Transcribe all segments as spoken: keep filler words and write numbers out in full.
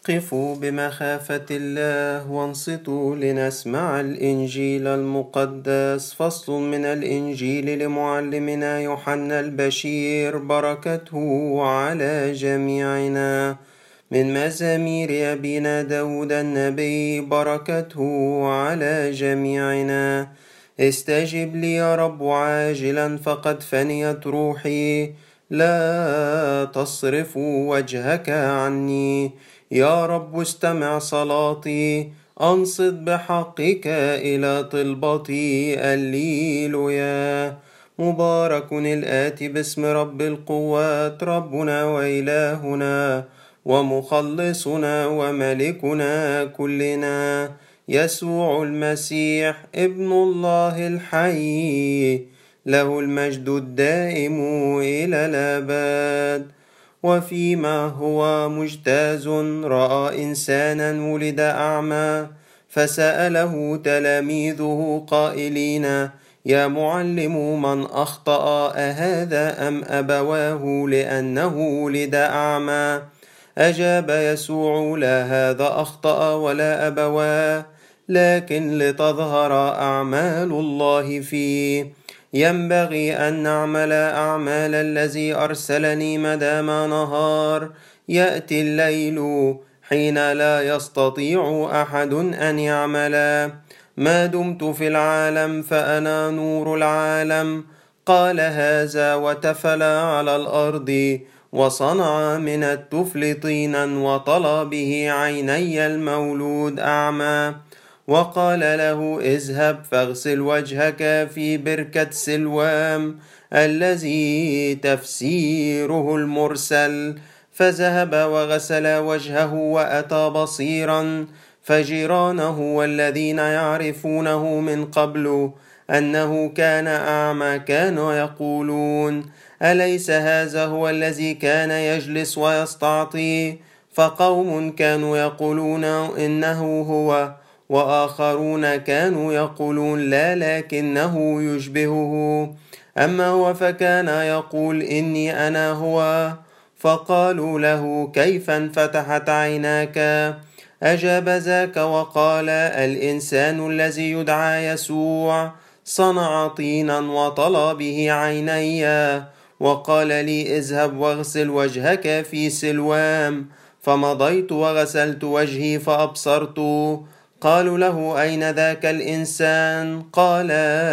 قفوا بمخافة الله وانصتوا لنسمع الإنجيل المقدس. فصل من الإنجيل لمعلمنا يوحنا البشير، بركته على جميعنا. من مزامير أبينا داود النبي، بركته على جميعنا. استجب لي يا رب عاجلا، فقد فنيت روحي، لا تصرفوا وجهك عني. يا رب استمع صلاتي، أنصت بحقك إلى طلبتي. الليلويا. مبارك الآتي باسم رب القوات، ربنا وإلهنا ومخلصنا وملكنا كلنا، يسوع المسيح ابن الله الحي، له المجد الدائم إلى الأبد. وفيما هو مجتاز رأى إنسانا ولد أعمى، فسأله تلاميذه قائلين: يا معلم، من أخطأ أهذا أم أبواه لأنه ولد أعمى؟ أجاب يسوع: لا هذا أخطأ ولا أبواه، لكن لتظهر أعمال الله فيه. ينبغي أن نعمل أعمال الذي أرسلني مدام نهار. يأتي الليل حين لا يستطيع أحد أن يعمل. ما دمت في العالم فأنا نور العالم. قال هذا وتفل على الأرض، وصنع من التفل طينا وطلى به عيني المولود أعمى. وقال له: اذهب فاغسل وجهك في بركة سلوام، الذي تفسيره المرسل. فذهب وغسل وجهه وأتى بصيرا. فجيرانه والذين يعرفونه من قبل أنه كان أعمى كانوا يقولون: أليس هذا هو الذي كان يجلس ويستعطي؟ فقوم كانوا يقولون إنه هو، وآخرون كانوا يقولون لا، لكنه يشبهه. أما هو فكان يقول: إني أنا هو. فقالوا له: كيف انفتحت عيناك؟ أجاب ذاك وقال: الإنسان الذي يدعى يسوع صنع طينا وطلى به عيني، وقال لي: اذهب واغسل وجهك في سلوام. فمضيت وغسلت وجهي فأبصرت. قالوا له: أين ذاك الإنسان؟ قال: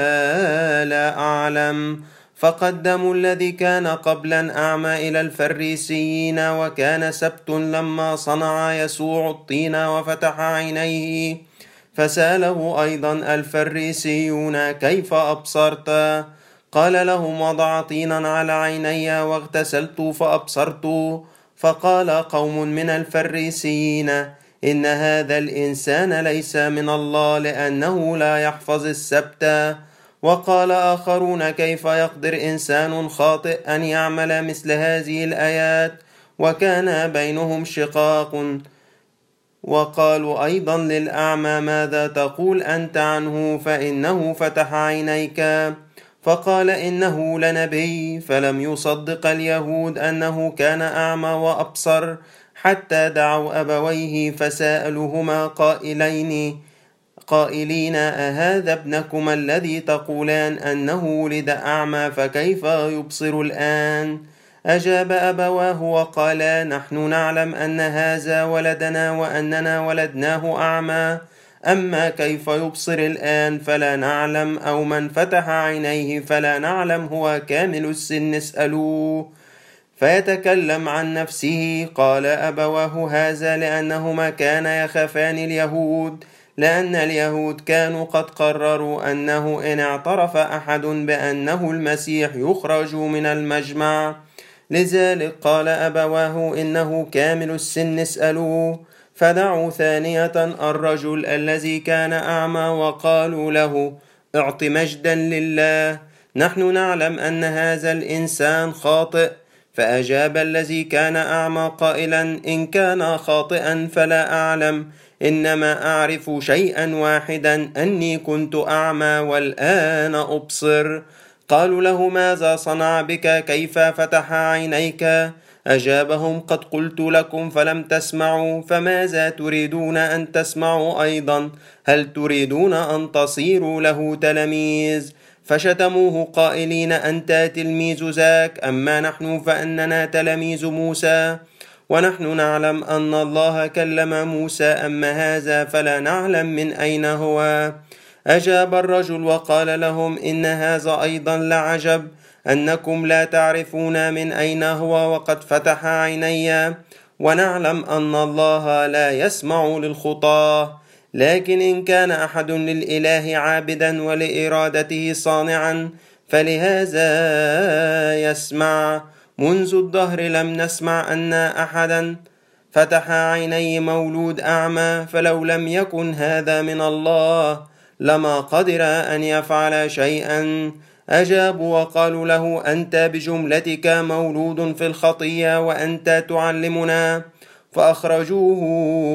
لا أعلم. فقدموا الذي كان قبلا أعمى إلى الفريسيين. وكان سبت لما صنع يسوع الطين وفتح عينيه. فسأله أيضا الفريسيون: كيف أبصرت؟ قال لهم: وضع طينا على عيني واغتسلت فأبصرت. فقال قوم من الفريسيين: إن هذا الإنسان ليس من الله، لأنه لا يحفظ السبت. وقال آخرون: كيف يقدر إنسان خاطئ أن يعمل مثل هذه الآيات؟ وكان بينهم شقاق. وقالوا أيضا للأعمى: ماذا تقول أنت عنه؟ فإنه فتح عينيك. فقال: إنه لنبي. فلم يصدق اليهود أنه كان أعمى وأبصر، حتى دعوا أبويه فسألوهما قائلين قائلين: أهذا ابنكما الذي تقولان أنه ولد أعمى، فكيف يبصر الآن؟ أجاب أبواه وقالا: نحن نعلم أن هذا ولدنا وأننا ولدناه أعمى، أما كيف يبصر الآن فلا نعلم، أو من فتح عينيه فلا نعلم. هو كامل السن، اسألوه. فيتكلم عن نفسه. قال أبواه هذا لأنهما كانا يخافان اليهود، لأن اليهود كانوا قد قرروا أنه إن اعترف أحد بأنه المسيح يخرج من المجمع. لذلك قال أبواه: إنه كامل السن، اسألوه. فدعوا ثانية الرجل الذي كان أعمى وقالوا له: اعط مجدا لله، نحن نعلم أن هذا الإنسان خاطئ. فأجاب الذي كان أعمى قائلا: إن كان خاطئا فلا أعلم، إنما أعرف شيئا واحدا، أني كنت أعمى والآن أبصر. قالوا له: ماذا صنع بك؟ كيف فتح عينيك؟ أجابهم: قد قلت لكم فلم تسمعوا، فماذا تريدون أن تسمعوا أيضا؟ هل تريدون أن تصيروا له تلاميذ؟ فشتموه قائلين: أنت تلميذ ذاك، أما نحن فإننا تلاميذ موسى، ونحن نعلم أن الله كلم موسى، أما هذا فلا نعلم من أين هو. أجاب الرجل وقال لهم: إن هذا أيضا لعجب، أنكم لا تعرفون من أين هو، وقد فتح عيني، ونعلم أن الله لا يسمع للخطاة، لكن إن كان أحد للإله عابدا ولإرادته صانعا فلهذا يسمع. منذ الدهر لم نسمع أن أحدا فتح عيني مولود أعمى، فلو لم يكن هذا من الله لما قدر أن يفعل شيئا. أجابوا وقالوا له: أنت بجملتك مولود في الخطية وأنت تعلمنا. فأخرجوه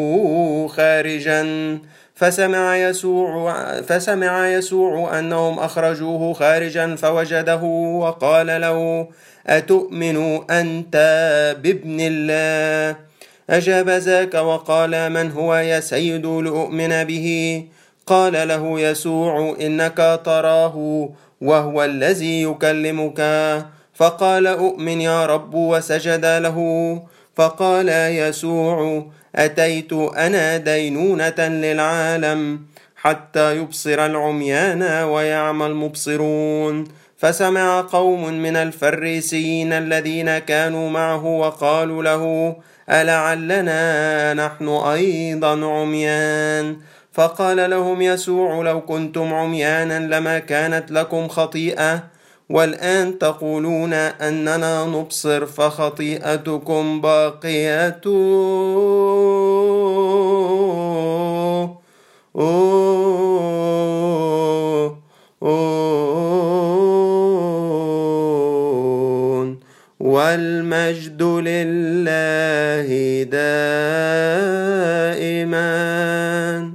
خارجا. فسمع يسوع, فسمع يسوع أنهم أخرجوه خارجا فوجده وقال له: أتؤمن أنت بابن الله؟ أجاب ذاك وقال: من هو يا سيد لأؤمن به؟ قال له يسوع: إنك تراه وهو الذي يكلمك. فقال: أؤمن يا رب، وسجد له. فقال يسوع: أتيت أنا دينونة للعالم حتى يبصر العميان ويعمى المبصرون. فسمع قوم من الفريسيين الذين كانوا معه وقالوا له: ألعلنا نحن أيضا عميان؟ فقال لهم يسوع: لو كنتم عميانا لما كانت لكم خطيئة، والآن تقولون أننا نبصر، فخطيئتكم باقية. والمجد لله دائما.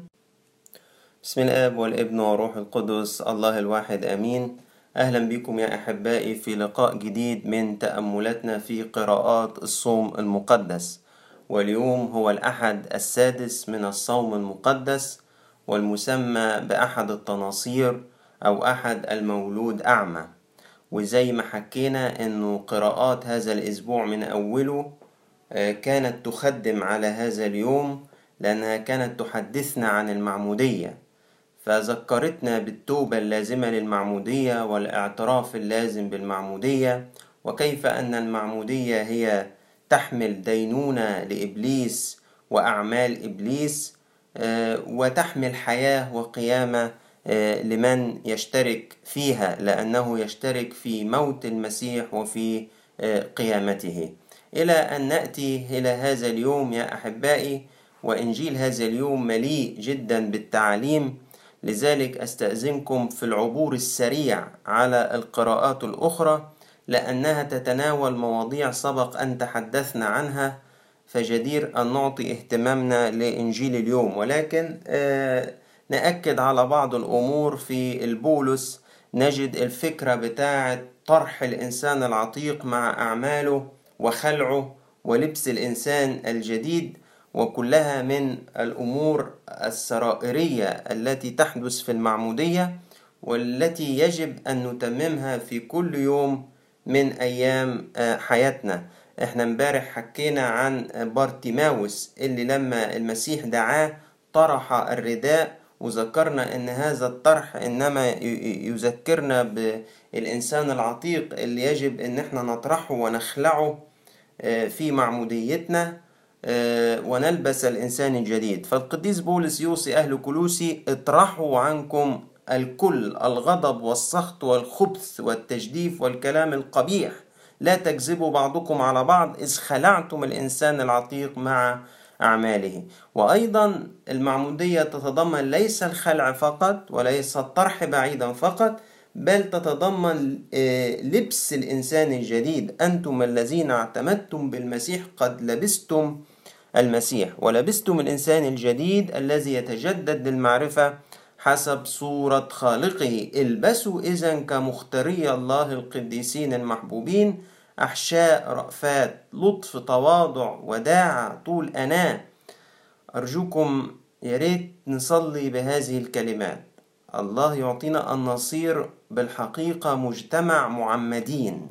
بسم الآب والابن والروح القدس الله الواحد آمين. أهلا بكم يا أحبائي في لقاء جديد من تأملاتنا في قراءات الصوم المقدس، واليوم هو الأحد السادس من الصوم المقدس، والمسمى بأحد التناصير أو أحد المولود أعمى. وزي ما حكينا أنه قراءات هذا الأسبوع من أوله كانت تخدم على هذا اليوم، لأنها كانت تحدثنا عن المعمودية، فذكرتنا بالتوبة اللازمة للمعمودية والاعتراف اللازم بالمعمودية، وكيف أن المعمودية هي تحمل دينونة لإبليس وأعمال إبليس، وتحمل حياة وقيامة لمن يشترك فيها، لأنه يشترك في موت المسيح وفي قيامته. إلى أن نأتي إلى هذا اليوم يا أحبائي، وإنجيل هذا اليوم مليء جدا بالتعليم، لذلك أستأذنكم في العبور السريع على القراءات الأخرى، لأنها تتناول مواضيع سبق أن تحدثنا عنها، فجدير أن نعطي اهتمامنا لإنجيل اليوم. ولكن آه نأكد على بعض الأمور في البولس. نجد الفكرة بتاعة طرح الإنسان العتيق مع أعماله وخلعه ولبس الإنسان الجديد، وكلها من الأمور السرائرية التي تحدث في المعمودية، والتي يجب أن نتممها في كل يوم من أيام حياتنا. احنا امبارح حكينا عن بارتيماوس اللي لما المسيح دعاه طرح الرداء، وذكرنا ان هذا الطرح انما يذكرنا بالإنسان العتيق اللي يجب ان احنا نطرحه ونخلعه في معموديتنا ونلبس الإنسان الجديد. فالقديس بولس يوصي أهل كولوسي: اطرحوا عنكم الكل، الغضب والسخط والخبث والتجديف والكلام القبيح، لا تكذبوا بعضكم على بعض، إذ خلعتم الإنسان العتيق مع أعماله. وأيضا المعمودية تتضمن ليس الخلع فقط وليس الطرح بعيدا فقط، بل تتضمن لبس الإنسان الجديد. أنتم الذين اعتمدتم بالمسيح قد لبستم المسيح، ولبستم الإنسان الجديد الذي يتجدد للمعرفة حسب صورة خالقه. البسوا إذن كمختاري الله القديسين المحبوبين أحشاء، رأفات، لطف، تواضع، وداعة، طول أناة. أرجوكم يا ريت نصلي بهذه الكلمات. الله يعطينا أن نصير بالحقيقة مجتمع معمدين،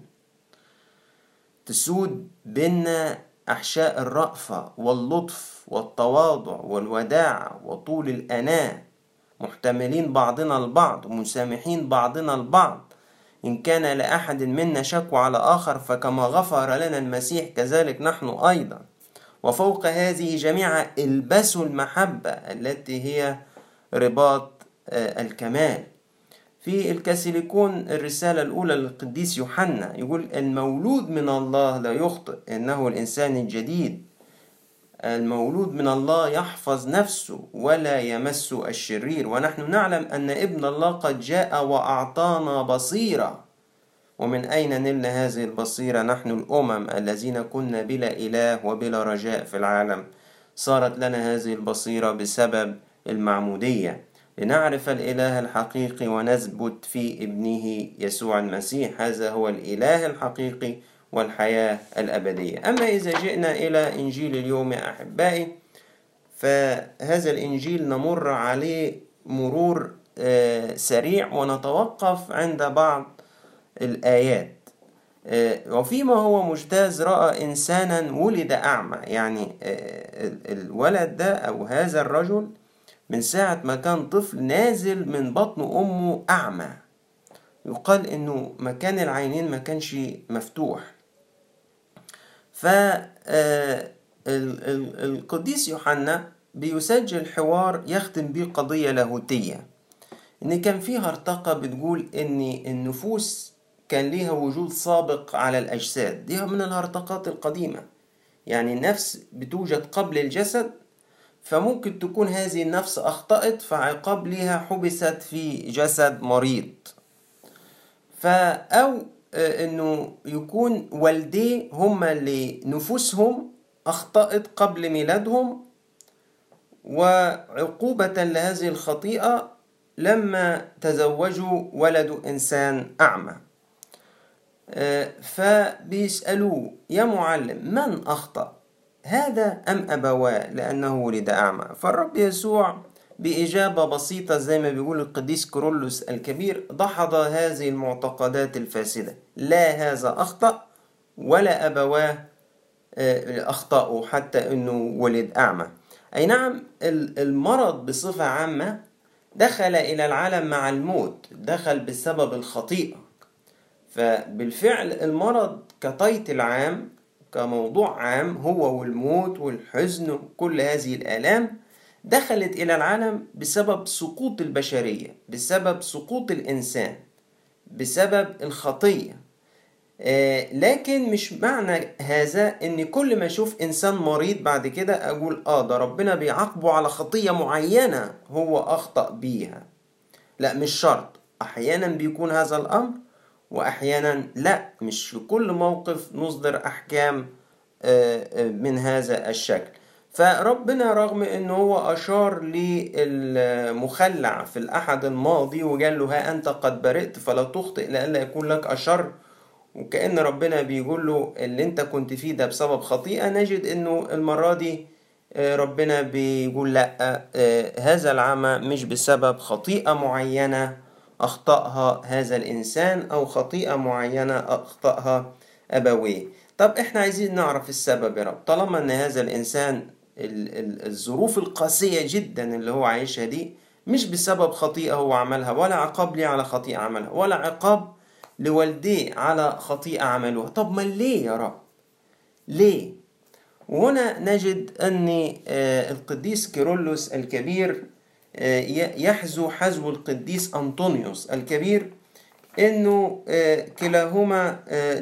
تسود بيننا أحشاء الرأفة واللطف والتواضع والوداعة وطول الأناة، محتملين بعضنا البعض ومسامحين بعضنا البعض. إن كان لأحد منا شكوى على آخر فكما غفر لنا المسيح كذلك نحن أيضا. وفوق هذه جميعا البسوا المحبة التي هي رباط الكمال. في الكاثوليكون الرسالة الأولى للقديس يوحنا يقول: المولود من الله لا يخطئ، إنه الإنسان الجديد. المولود من الله يحفظ نفسه ولا يمس الشرير. ونحن نعلم أن ابن الله قد جاء وأعطانا بصيرة. ومن أين نلنا هذه البصيرة نحن الأمم الذين كنا بلا إله وبلا رجاء في العالم؟ صارت لنا هذه البصيرة بسبب المعمودية، لنعرف الإله الحقيقي ونثبت في ابنه يسوع المسيح. هذا هو الإله الحقيقي والحياة الأبدية. أما إذا جئنا إلى إنجيل اليوم يا أحبائي، فهذا الإنجيل نمر عليه مرور سريع ونتوقف عند بعض الآيات. وفيما هو مجتاز رأى إنسانا ولد أعمى. يعني الولد ده أو هذا الرجل من ساعة ما كان طفل نازل من بطن أمه أعمى. يقال إنه مكان العينين ما كانش مفتوح. فالقديس يوحنا بيسجل حوار يختم به قضية لاهوتية، إن كان فيها ارتقى بتقول إن النفوس كان ليها وجود سابق على الأجساد. دي من الهرطقات القديمة، يعني النفس بتوجد قبل الجسد، فممكن تكون هذه النفس أخطأت فعقاب لها حبست في جسد مريض، أو إنه يكون والديه هما اللي نفوسهم أخطأت قبل ميلادهم، وعقوبة لهذه الخطيئة لما تزوجوا ولدوا إنسان أعمى. فبيسألوه: يا معلم، من أخطأ، هذا أم أبواه لأنه ولد أعمى؟ فالرب يسوع بإجابة بسيطة زي ما بيقول القديس كيرلس الكبير دحض هذه المعتقدات الفاسدة: لا هذا أخطأ ولا أبواه أخطأوا حتى أنه ولد أعمى. أي نعم، المرض بصفة عامة دخل إلى العالم مع الموت، دخل بسبب الخطيئة. فبالفعل المرض كتايتل عام، كموضوع عام، هو والموت والحزن وكل هذه الآلام دخلت إلى العالم بسبب سقوط البشرية، بسبب سقوط الإنسان، بسبب الخطية. آه لكن مش معنى هذا إن كل ما أشوف إنسان مريض بعد كده أقول آه ده ربنا بيعاقبه على خطية معينة هو أخطأ بيها. لا، مش شرط. أحيانا بيكون هذا الأمر وأحيانا لا. مش في كل موقف نصدر أحكام من هذا الشكل. فربنا رغم أنه هو أشار للمخلع في الأحد الماضي وقال له: ها أنت قد برئت فلا تخطئ لئلا يكون لك أشر، وكأن ربنا بيقول له اللي أنت كنت فيه ده بسبب خطيئة، نجد أنه المرة دي ربنا بيقول لا، هذا العمى مش بسبب خطيئة معينة أخطأها هذا الإنسان أو خطيئة معينة أخطأها أبويه. طب إحنا عايزين نعرف السبب يا رب، طالما أن هذا الإنسان الظروف القاسية جدا اللي هو عايشها دي مش بسبب خطيئة هو عملها، ولا عقاب ليه على خطيئة عملها، ولا عقاب لوالديه على خطيئة عملوها. طب ما ليه يا رب؟ ليه؟ وهنا نجد أن القديس كيرلس الكبير يحذو حذو القديس أنطونيوس الكبير، إنه كلاهما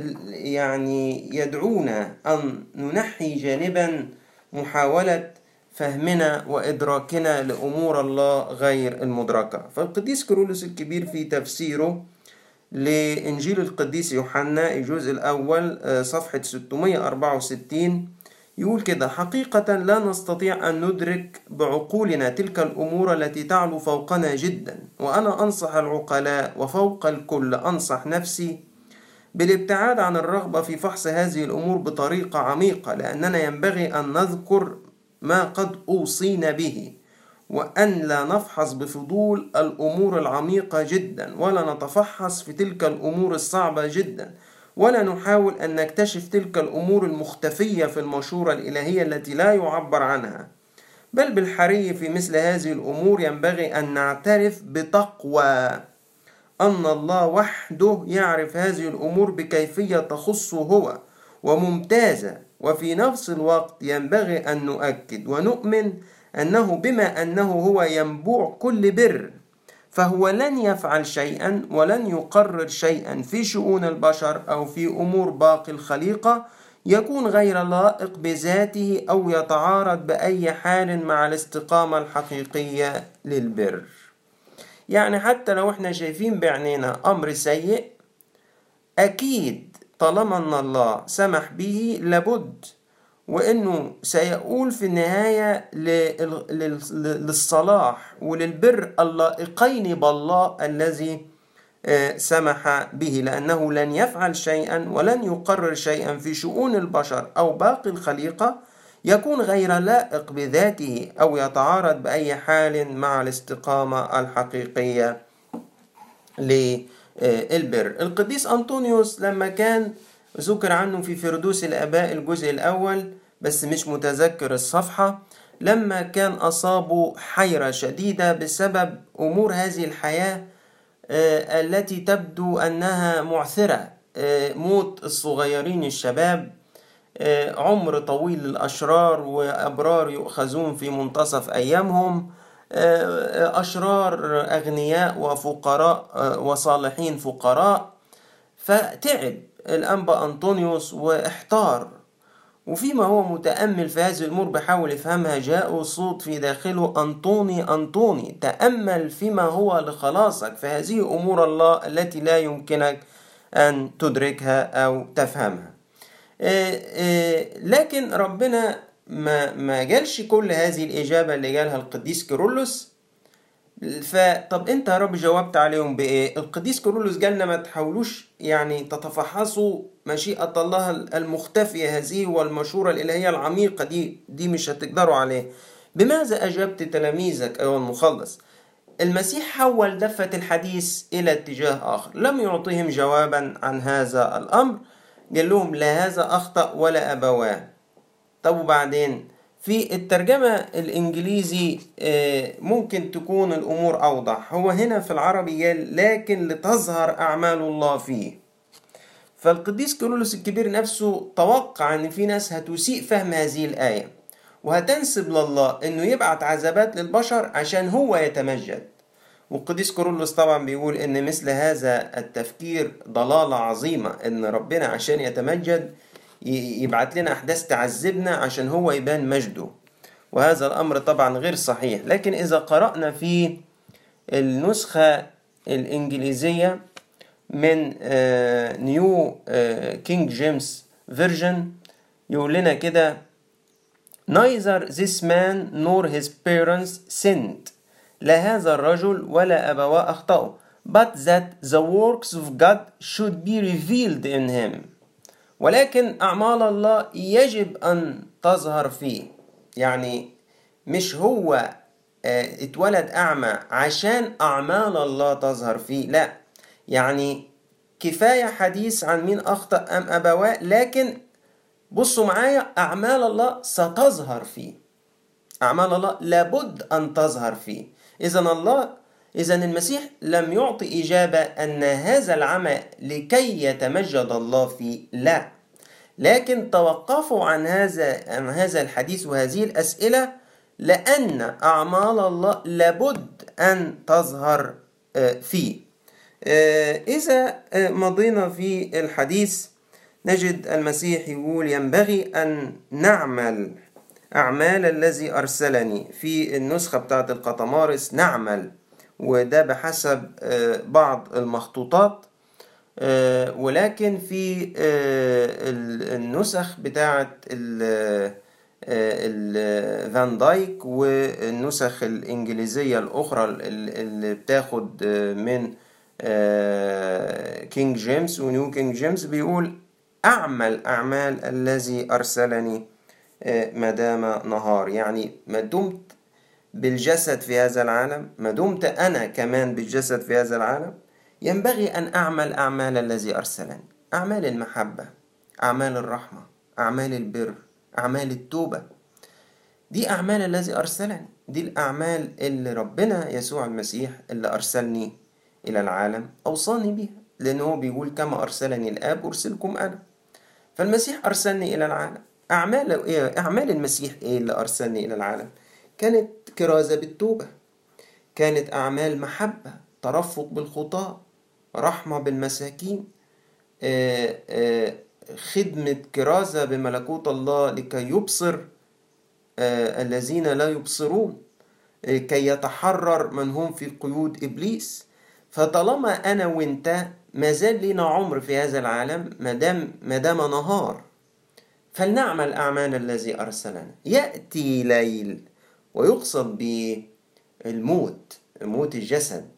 يعني يدعونا أن ننحي جانبا محاولة فهمنا وإدراكنا لأمور الله غير المدركة. فالقديس كيرلس الكبير في تفسيره لإنجيل القديس يوحنا الجزء الأول صفحة ستمائة وأربعة وستين يقول كده: حقيقة لا نستطيع أن ندرك بعقولنا تلك الأمور التي تعلو فوقنا جدا، وأنا أنصح العقلاء وفوق الكل أنصح نفسي بالابتعاد عن الرغبة في فحص هذه الأمور بطريقة عميقة، لأننا ينبغي أن نذكر ما قد أوصينا به، وأن لا نفحص بفضول الأمور العميقة جدا، ولا نتفحص في تلك الأمور الصعبة جدا، ولا نحاول أن نكتشف تلك الأمور المختفية في المشورة الإلهية التي لا يعبر عنها. بل بالحري في مثل هذه الأمور ينبغي أن نعترف بتقوى أن الله وحده يعرف هذه الأمور بكيفية تخصه هو وممتازة، وفي نفس الوقت ينبغي أن نؤكد ونؤمن أنه بما أنه هو ينبوع كل بر، فهو لن يفعل شيئا ولن يقرر شيئا في شؤون البشر أو في أمور باقي الخليقة يكون غير لائق بذاته أو يتعارض بأي حال مع الاستقامة الحقيقية للبر. يعني حتى لو احنا شايفين بعينينا أمر سيء، أكيد طالما أن الله سمح به لابد وأنه سيقول في النهاية للصلاح وللبر اللائقين بالله الذي سمح به، لأنه لن يفعل شيئا ولن يقرر شيئا في شؤون البشر أو باقي الخليقة يكون غير لائق بذاته أو يتعارض بأي حال مع الاستقامة الحقيقية للبر. القديس أنطونيوس لما كان ذكر عنه في فردوس الآباء الجزء الأول، بس مش متذكر الصفحة، لما كان أصابه حيرة شديدة بسبب أمور هذه الحياة التي تبدو أنها معثرة، موت الصغيرين الشباب، عمر طويل للأشرار وأبرار يؤخذون في منتصف أيامهم، أشرار أغنياء وفقراء وصالحين فقراء. فتعب الأنبا أنطونيوس واحتار، وفيما هو متأمل في هذه الأمور بحاول يفهمها جاء صوت في داخله: أنطوني أنطوني، تأمل فيما هو لخلاصك، فهذه أمور الله التي لا يمكنك أن تدركها أو تفهمها. لكن ربنا ما ما جالش كل هذه الإجابة اللي جالها القديس كيرلس. فطب انت يا رب جاوبت عليهم بايه؟ القديس كيرلس جالنا ما تحاولوش يعني تتفحصوا مشيئة الله المختفية هذه والمشورة الإلهية العميقة دي دي مش هتقدروا عليه. بماذا أجبت تلاميذك أيها المخلص؟ المسيح حول دفة الحديث إلى اتجاه آخر، لم يعطيهم جوابا عن هذا الأمر، قال لهم لا هذا أخطأ ولا أبواه. طب وبعدين في الترجمة الإنجليزي ممكن تكون الأمور أوضح. هو هنا في العربي قال لكن لتظهر أعمال الله فيه. فالقديس كيرلس الكبير نفسه توقع أن في ناس هتسيء فهم هذه الآية وهتنسب لله أنه يبعت عذابات للبشر عشان هو يتمجد. والقديس كيرلس طبعا بيقول أن مثل هذا التفكير ضلالة عظيمة، أن ربنا عشان يتمجد يبعت لنا أحداث تعذبنا عشان هو يبان مجده، وهذا الأمر طبعا غير صحيح. لكن إذا قرأنا في النسخة الإنجليزية من نيو كينج جيمس فيرجن يقول لنا كده: Neither this man nor his parents sinned، لا هذا الرجل ولا أبواه أخطأوا، but that the works of God should be revealed in him، ولكن أعمال الله يجب أن تظهر فيه. يعني مش هو اتولد أعمى عشان أعمال الله تظهر فيه، لا، يعني كفاية حديث عن مين أخطأ أم أبواه، لكن بصوا معايا أعمال الله ستظهر فيه، أعمال الله لابد أن تظهر فيه. إذن الله إذن المسيح لم يعطي إجابة أن هذا العمل لكي يتمجد الله فيه، لا، لكن توقفوا عن هذا عن هذا الحديث وهذه الأسئلة لأن أعمال الله لابد أن تظهر فيه. إذا مضينا في الحديث نجد المسيح يقول: ينبغي أن نعمل أعمال الذي أرسلني. في النسخة بتاعت القطمارس نعمل، وده بحسب بعض المخطوطات، ولكن في النسخ بتاعت الفان دايك والنسخ الإنجليزية الأخرى اللي بتاخد من كينج جيمس ونيو كينج جيمس بيقول أعمى الأعمال الذي أرسلني ما دام نهار. يعني ما دمت بالجسد في هذا العالم، ما دمت أنا كمان بالجسد في هذا العالم، ينبغي أن أعمل أعمال الذي أرسلني، أعمال المحبة، أعمال الرحمة، أعمال البر، أعمال التوبة. دي أعمال الذي أرسلني، دي الأعمال اللي ربنا يسوع المسيح اللي أرسلني إلى العالم أوصاني بيها، لأنه بيقول كما أرسلني الآب أرسلكم أنا. فالمسيح أرسلني إلى العالم. أعمال إيه؟ أعمال المسيح إيه اللي أرسلني إلى العالم؟ كانت كرازة بالتوبة، كانت أعمال محبة، ترفق بالخطاة، رحمة بالمساكين، آآ آآ خدمة كرازة بملكوت الله لكي يبصر الذين لا يبصرون، كي يتحرر من هم في قيود إبليس. فطالما أنا وإنت ما زال لنا عمر في هذا العالم، مادام مادام نهار، فلنعمل أعمال الذي أرسلنا. يأتي ليل ويقصد بالموت، موت الجسد،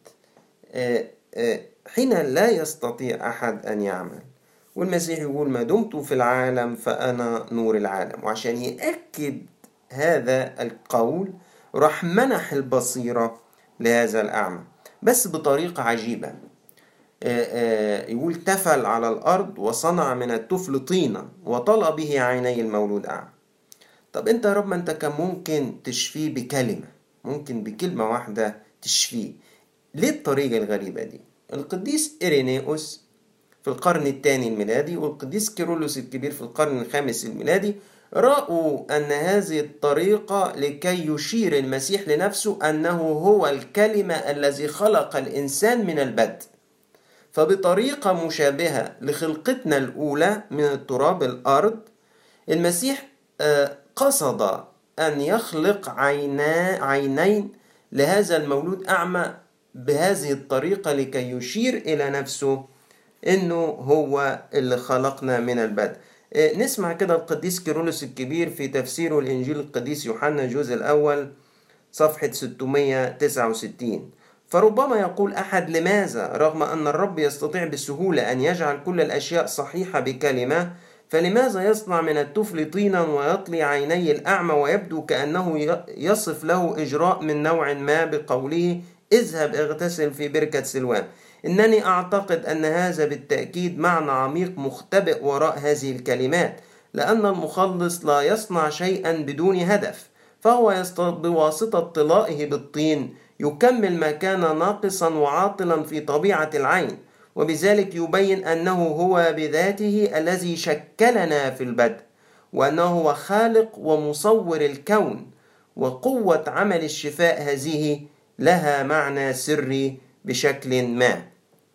حين لا يستطيع أحد أن يعمل. والمسيح يقول ما دمت في العالم فأنا نور العالم. وعشان يأكد هذا القول راح منح البصيرة لهذا الأعمى، بس بطريقة عجيبة. يقول تفل على الأرض وصنع من التفل طينا وطلى به عيني المولود أعمى. طب أنت يا رب ما أنت كان ممكن تشفيه بكلمة، ممكن بكلمة واحدة تشفيه، ليه الطريقة الغريبة دي؟ القديس إيرينيوس في القرن الثاني الميلادي والقديس كيرلس الكبير في القرن الخامس الميلادي رأوا أن هذه الطريقة لكي يشير المسيح لنفسه أنه هو الكلمة الذي خلق الإنسان من البدء. فبطريقة مشابهة لخلقتنا الأولى من التراب الأرض، المسيح قصد أن يخلق عينا عينين لهذا المولود أعمى بهذه الطريقة لكي يشير إلى نفسه إنه هو اللي خلقنا من البدء. نسمع كده القديس كيرلس الكبير في تفسيره الإنجيل القديس يوحنا الجزء الأول صفحة ستمائة وتسعة وستين. فربما يقول أحد لماذا رغم أن الرب يستطيع بسهولة أن يجعل كل الأشياء صحيحة بكلمة، فلماذا يصنع من التفل طينا ويطلي عيني الأعمى ويبدو كأنه يصف له إجراء من نوع ما بقوله اذهب اغتسل في بركة سلوان؟ إنني أعتقد أن هذا بالتأكيد معنى عميق مختبئ وراء هذه الكلمات، لأن المخلص لا يصنع شيئا بدون هدف، فهو بواسطة طلائه بالطين يكمل ما كان ناقصا وعاطلا في طبيعة العين، وبذلك يبين أنه هو بذاته الذي شكلنا في البدء، وأنه هو خالق ومصور الكون. وقوة عمل الشفاء هذه لها معنى سري بشكل ما.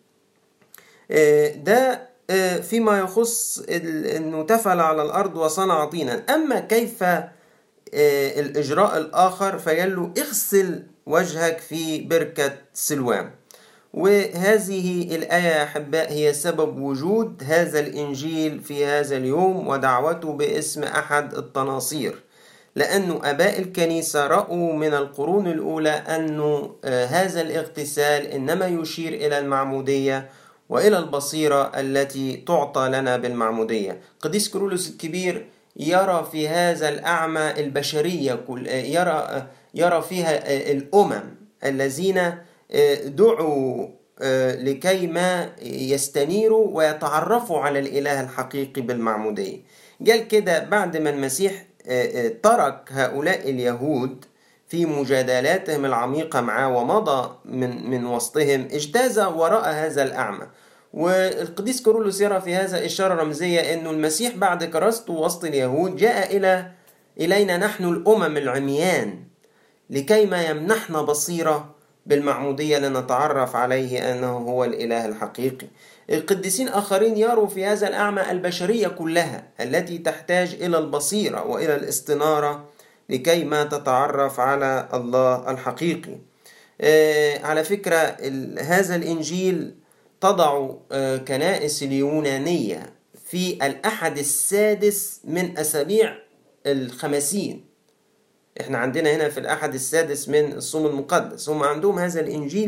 ده فيما يخص أنه تفل على الأرض وصنع طينا. أما كيف الإجراء الآخر فقال له اغسل وجهك في بركة سلوان. وهذه الآية يا أحباء هي سبب وجود هذا الإنجيل في هذا اليوم ودعوته باسم أحد التناصير، لأن آباء الكنيسة رأوا من القرون الأولى أن هذا الاغتسال إنما يشير إلى المعمودية وإلى البصيرة التي تعطى لنا بالمعمودية. قديس كيرلس الكبير يرى في هذا الأعمى البشرية، يرى يرى فيها الأمم الذين دعوا لكي ما يستنيروا ويتعرفوا على الإله الحقيقي بالمعمودية. قال كده بعد ما المسيح ترك هؤلاء اليهود في مجادلاتهم العميقة معه ومضى من من وسطهم، اجتاز وراء هذا الأعمى. والقديس كيرلس يرى في هذا إشارة رمزية أنه المسيح بعد كرازته وسط اليهود جاء إلى إلينا نحن الأمم العميان لكي ما يمنحنا بصيرة بالمعمودية لنتعرف عليه أنه هو الإله الحقيقي. القديسين آخرين يروا في هذا الأعمى البشرية كلها التي تحتاج إلى البصيرة وإلى الاستنارة لكي ما تتعرف على الله الحقيقي. آه على فكرة هذا الإنجيل تضع آه كنائس اليونانية في الأحد السادس من أسابيع الخمسين. احنا عندنا هنا في الأحد السادس من الصوم المقدس، هم عندهم هذا الإنجيل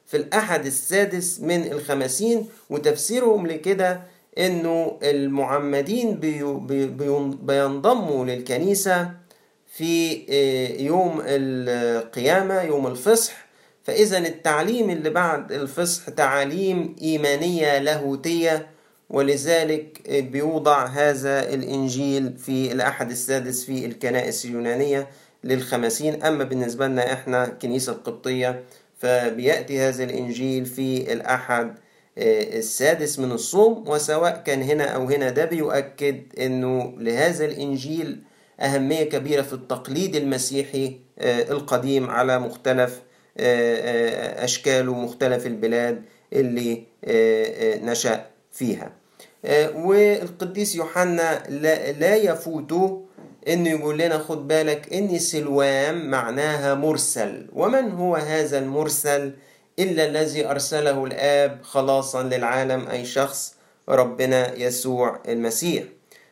في الأحد السادس من الخمسين. وتفسيرهم لكده إنه المعمدين بينضموا للكنيسة في يوم القيامة، يوم الفصح. فإذا التعليم اللي بعد الفصح تعاليم إيمانية لاهوتية، ولذلك بيوضع هذا الإنجيل في الأحد السادس في الكنائس اليونانية للخمسين. أما بالنسبة لنا إحنا كنيسة القبطية فبيأتي هذا الإنجيل في الأحد السادس من الصوم. وسواء كان هنا أو هنا ده بيؤكد أنه لهذا الإنجيل أهمية كبيرة في التقليد المسيحي القديم على مختلف أشكاله ومختلف البلاد اللي نشأ فيها. والقديس يوحنا لا يفوته إنه يقول لنا خد بالك إن سلوام معناها مرسل، ومن هو هذا المرسل إلا الذي أرسله الآب خلاصا للعالم، أي شخص ربنا يسوع المسيح.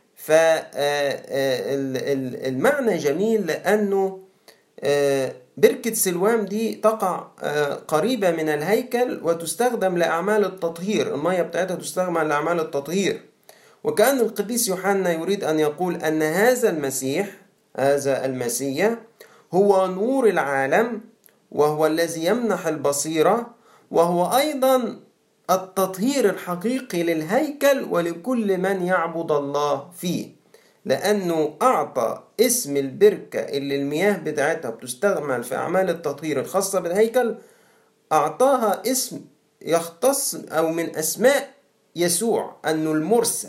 فالمعنى جميل لأنه بركة سلوام دي تقع قريبة من الهيكل وتستخدم لأعمال التطهير، المية بتاعتها تستخدم لأعمال التطهير. وكأن القديس يوحنا يريد أن يقول أن هذا المسيح، هذا المسيح هو نور العالم، وهو الذي يمنح البصيرة، وهو أيضا التطهير الحقيقي للهيكل ولكل من يعبد الله فيه، لأنه أعطى اسم البركة اللي المياه بتاعتها بتستعمل في أعمال التطهير الخاصة بالهيكل، أعطاها اسم يختص أو من أسماء يسوع، أنه المرسل،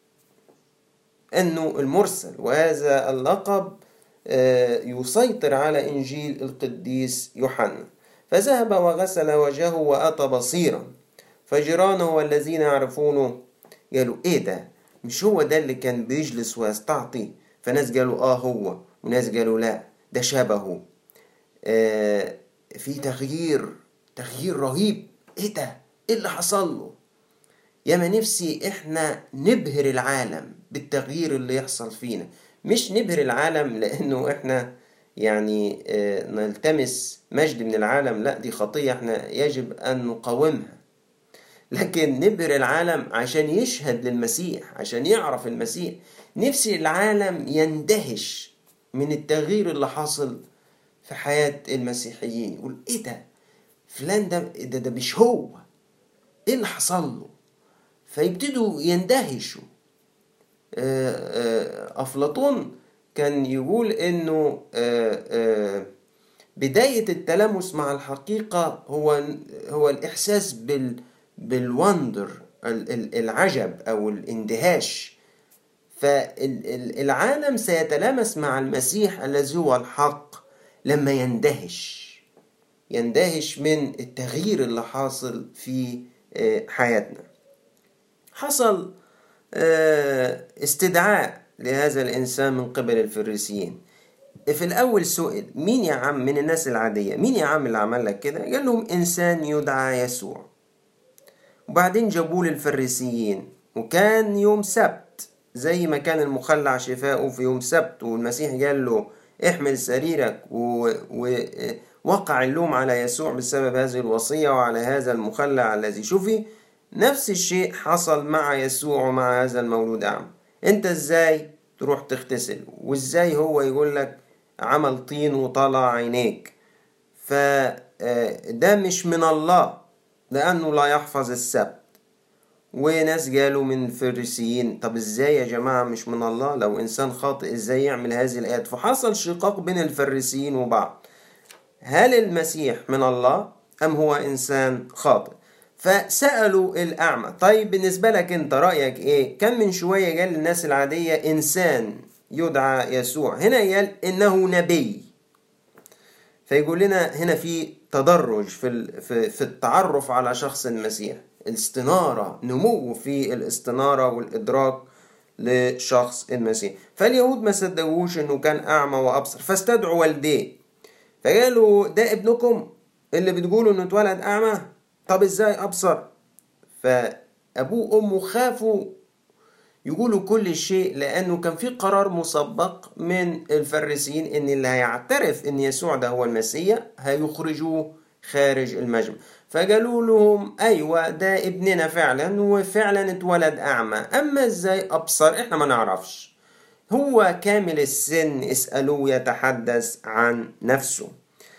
أنه المرسل. وهذا اللقب يسيطر على إنجيل القديس يوحنا. فذهب وغسل وجهه وأتى بصيرا، فجيرانه والذين يعرفونه قالوا إيه ده؟ مش هو ده اللي كان بيجلس ويستعطي؟ فناس قالوا آه هو، وناس قالوا لا ده شبهه. آه في تغيير تغيير رهيب. إيه ده؟ إيه اللي حصل له؟ ياما نفسي إحنا نبهر العالم بالتغيير اللي يحصل فينا، مش نبهر العالم لأنه إحنا يعني آه نلتمس مجد من العالم، لا دي خطية إحنا يجب أن نقاومها، لكن نبهر العالم عشان يشهد للمسيح، عشان يعرف المسيح. نفسي العالم يندهش من التغيير اللي حاصل في حياة المسيحيين، يقول إيه ده؟ فلان ده ده, ده مش هو، إيه اللي حصل له؟ فيبتدوا يندهشوا. أفلاطون كان يقول إنه بداية التلامس مع الحقيقة هو هو الإحساس بال بالوندر، العجب أو الاندهاش. فالعالم سيتلامس مع المسيح الذي هو الحق لما يندهش يندهش من التغيير اللي حاصل في حياتنا. حصل استدعاء لهذا الإنسان من قبل الفريسيين. في الأول سئل مين يا عم من الناس العادية، مين يا عم اللي عمل لك كده؟ قال لهم إنسان يدعى يسوع. وبعدين جابوه للفريسيين، وكان يوم سبت زي ما كان المخلع شفاؤه في يوم سبت، والمسيح قال له احمل سريرك، ووقع اللوم على يسوع بسبب هذه الوصية وعلى هذا المخلع الذي شفي. نفس الشيء حصل مع يسوع ومع هذا المولود أعمى. انت ازاي تروح تغتسل، وازاي هو يقول لك عمل طين وطلع عينيك؟ فده مش من الله لأنه لا يحفظ السبت. وناس قالوا من الفريسيين طب ازاي يا جماعة مش من الله؟ لو إنسان خاطئ ازاي يعمل هذه الآيات؟ فحصل شقاق بين الفريسيين وبعض، هل المسيح من الله أم هو إنسان خاطئ؟ فسألوا الأعمى طيب بالنسبة لك انت رأيك ايه؟ كان من شوية قال للناس العادية إنسان يدعى يسوع، هنا قال إنه نبي. فيقول لنا هنا في تدرج في في التعرف على شخص المسيح، الاستنارة، نمو في الاستنارة والإدراك لشخص المسيح. فاليهود ما صدقوش إنه كان أعمى وأبصر، فاستدعوا والديه فقالوا ده ابنكم اللي بتقولوا إنه اتولد أعمى؟ طب إزاي أبصر؟ فأبوه وأمه خافوا يقولوا كل شيء، لأنه كان في قرار مسبق من الفريسيين إن اللي هيعترف إن يسوع ده هو المسيح هيخرجوه خارج المجمع. فقالوا لهم أيوة ده ابننا فعلا، وفعلا اتولد أعمى، أما إزاي أبصر إحنا ما نعرفش، هو كامل السن اسألوه يتحدث عن نفسه.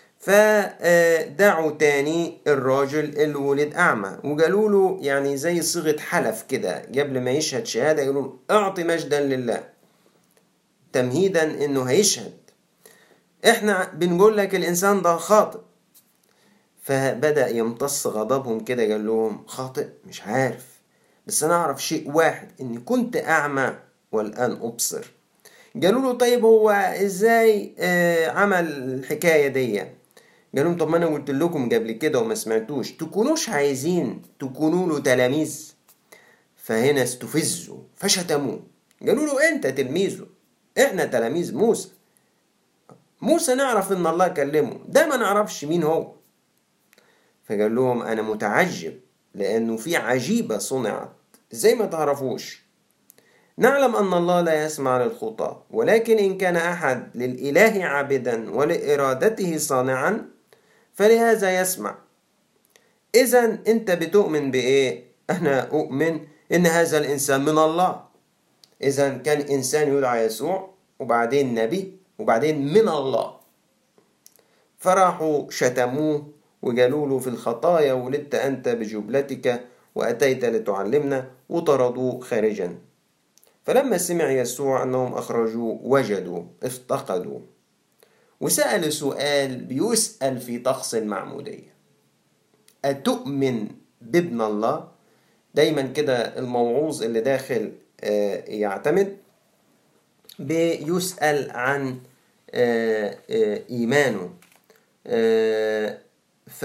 فدعوا تاني الراجل اللي ولد أعمى وقالوا له يعني زي صيغة حلف كده قبل ما يشهد شهادة، يقولوا له أعطي مجدا لله تمهيدا إنه هيشهد، إحنا بنقول لك الإنسان ده خاطئ. فبدأ يمتص غضبهم كده، قال لهم خاطئ مش عارف، بس أنا أعرف شيء واحد، إني كنت أعمى والآن أبصر. قالوا له طيب هو إزاي آه عمل الحكاية دي؟ قال لهم طب ما أنا قلت لكم قبل كده وما سمعتوش، تكونوش عايزين تكونوا له تلاميذ؟ فهنا استفزوا فشتموه، قالوا له أنت تلميذه، إحنا تلاميذ موسى، موسى نعرف إن الله كلمه، ده ما نعرفش مين هو. فقال لهم أنا متعجب لأنه في عجيبة صنعت، إزاي ما تعرفوش؟ نعلم أن الله لا يسمع للخطاة، ولكن إن كان أحد للإله عابدا ولإرادته صانعا فلهذا يسمع. إذن أنت بتؤمن بإيه؟ أنا أؤمن إن هذا الإنسان من الله. إذن كان إنسان يدعى يسوع، وبعدين نبي، وبعدين من الله. فراحوا شتموه وقالوا له في الخطايا ولدت أنت بجبلتك وأتيت لتعلمنا، وطردوه خارجا. فلما سمع يسوع أنهم أخرجوه وجدوا افتقدوا، وسأل سؤال بيسأل في طقس المعمودية: أتؤمن بابن الله؟ دايما كده الموعوظ اللي داخل يعتمد بيسأل عن إيمانه. ف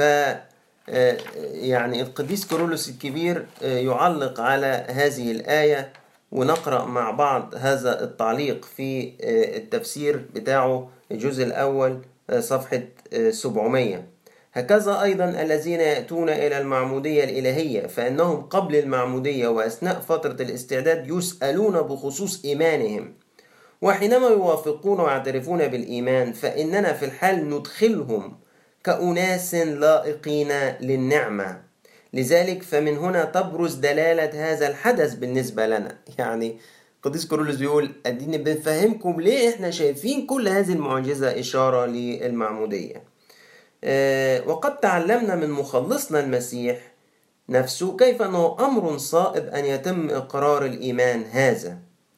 يعني القديس كيرلس الكبير يعلق على هذه الآية، ونقرأ مع بعض هذا التعليق في التفسير بتاعه الجزء الأول صفحة سبعمية: هكذا أيضا الذين يأتون إلى المعمودية الإلهية فإنهم قبل المعمودية وأثناء فترة الاستعداد يسألون بخصوص إيمانهم، وحينما يوافقون ويعترفون بالإيمان فإننا في الحال ندخلهم كأناس لائقين للنعمة. لذلك فمن هنا تبرز دلالة هذا الحدث بالنسبة لنا. يعني قديس كيرلس بيقول أديني بنفهمكم ليه إحنا شايفين كل هذه المعجزة إشارة للمعمودية. أه وقد تعلمنا من مخلصنا المسيح نفسه كيف أنه أمر صائب أن يتم إقرار الإيمان هذا.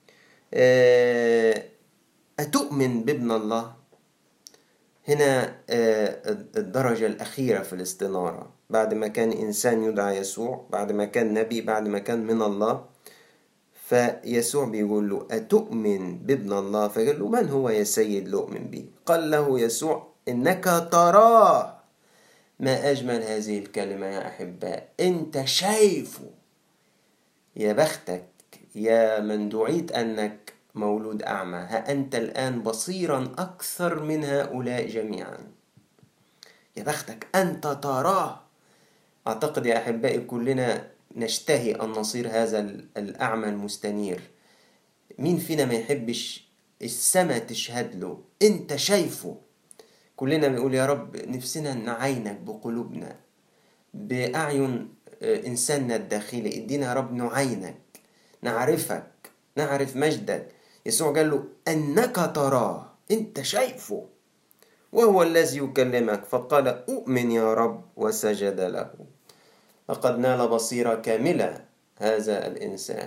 أه أتؤمن بابن الله؟ هنا الدرجة الأخيرة في الاستنارة، بعد ما كان إنسان يدعى يسوع، بعد ما كان نبي، بعد ما كان من الله، فيسوع بيقول له أتؤمن بابن الله؟ فقال له من هو يا سيد لأؤمن به؟ قال له يسوع إنك تراه. ما أجمل هذه الكلمة يا أحباء، أنت شايفه. يا بختك يا من دعيت أنك مولود أعمى، ها أنت الآن بصيرا أكثر من هؤلاء جميعا. يا بختك أنت تراه. أعتقد يا أحبائي كلنا نشتهي أن نصير هذا الأعمى المستنير. مين فينا ما يحبش السماء تشهد له أنت شايفه؟ كلنا بنقول يا رب نفسنا نعينك بقلوبنا، بأعين إنساننا الداخلي، ادينا يا رب نعينك، نعرفك، نعرف مجدك. يسوع قال له أنك تراه، أنت شايفه، وهو الذي يكلمك. فقال أؤمن يا رب، وسجد له. لقد نال بصيرة كاملة هذا الإنسان.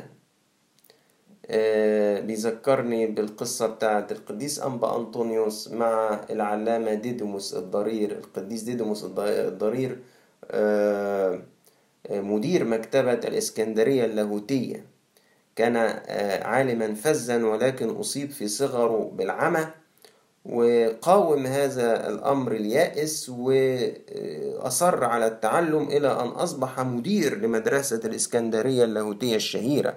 آه بيذكرني بالقصة بتاعت القديس أنبا أنطونيوس مع العلامة ديدوموس الضرير. القديس ديدوموس الضرير آه مدير مكتبة الإسكندرية اللاهوتية، كان عالما فزا ولكن أصيب في صغره بالعمى، وقاوم هذا الأمر اليائس وأصر على التعلم إلى أن أصبح مدير لمدرسة الإسكندرية اللاهوتية الشهيرة.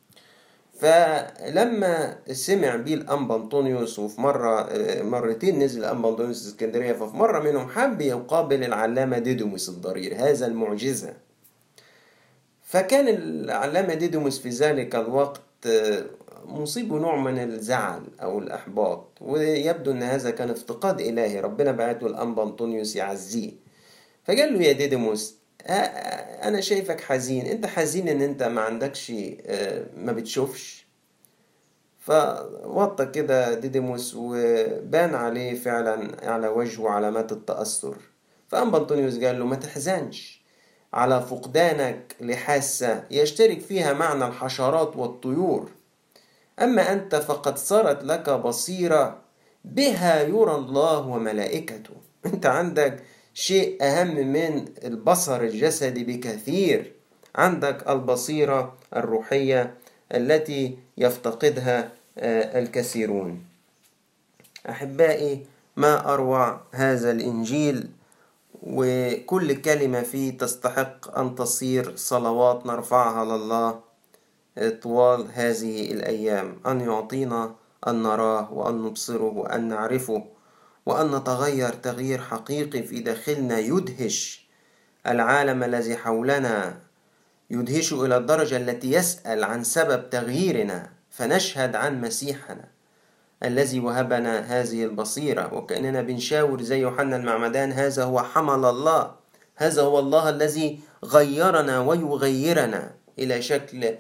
فلما سمع بيه الأنبا أنطونيوس، وفي مرة مرتين نزل الأنبا أنطونيوس الإسكندرية، ففي مرة منهم حب يقابل العلامة ديدوموس الضرير، هذا المعجزة. فكان العلامة ديدوموس في ذلك الوقت مصيبه نوع من الزعل أو الأحباط، ويبدو أن هذا كان افتقاد إلهي، ربنا بعته الأنبا أنطونيوس يعزيه. فقال له: يا ديديموس، أنا شايفك حزين، أنت حزين إن أنت ما عندكش، ما بتشوفش. فوطى كده ديديموس وبان عليه فعلا على وجهه علامات التأثر. فأنبا أنطونيوس قال له: ما تحزنش على فقدانك لحاسة يشترك فيها معنى الحشرات والطيور، أما أنت فقد صارت لك بصيرة بها يرى الله وملائكته. أنت عندك شيء أهم من البصر الجسدي بكثير، عندك البصيرة الروحية التي يفتقدها الكثيرون. أحبائي، ما أروع هذا الإنجيل، وكل كلمة فيه تستحق أن تصير صلوات نرفعها لله طوال هذه الأيام، أن يعطينا أن نراه وأن نبصره وأن نعرفه وأن نتغير تغيير حقيقي في داخلنا يدهش العالم الذي حولنا، يدهشه إلى الدرجة التي يسأل عن سبب تغييرنا، فنشهد عن مسيحنا الذي وهبنا هذه البصيرة، وكأننا بنشاور زي يوحنا المعمدان: هذا هو حمل الله، هذا هو الله الذي غيرنا ويغيرنا إلى شكل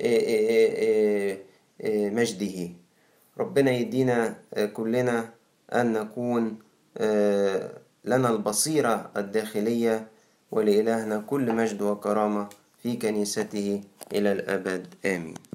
مجده. ربنا يدينا كلنا أن نكون لنا البصيرة الداخلية، ولإلهنا كل مجد وكرامة في كنيسته إلى الأبد، آمين.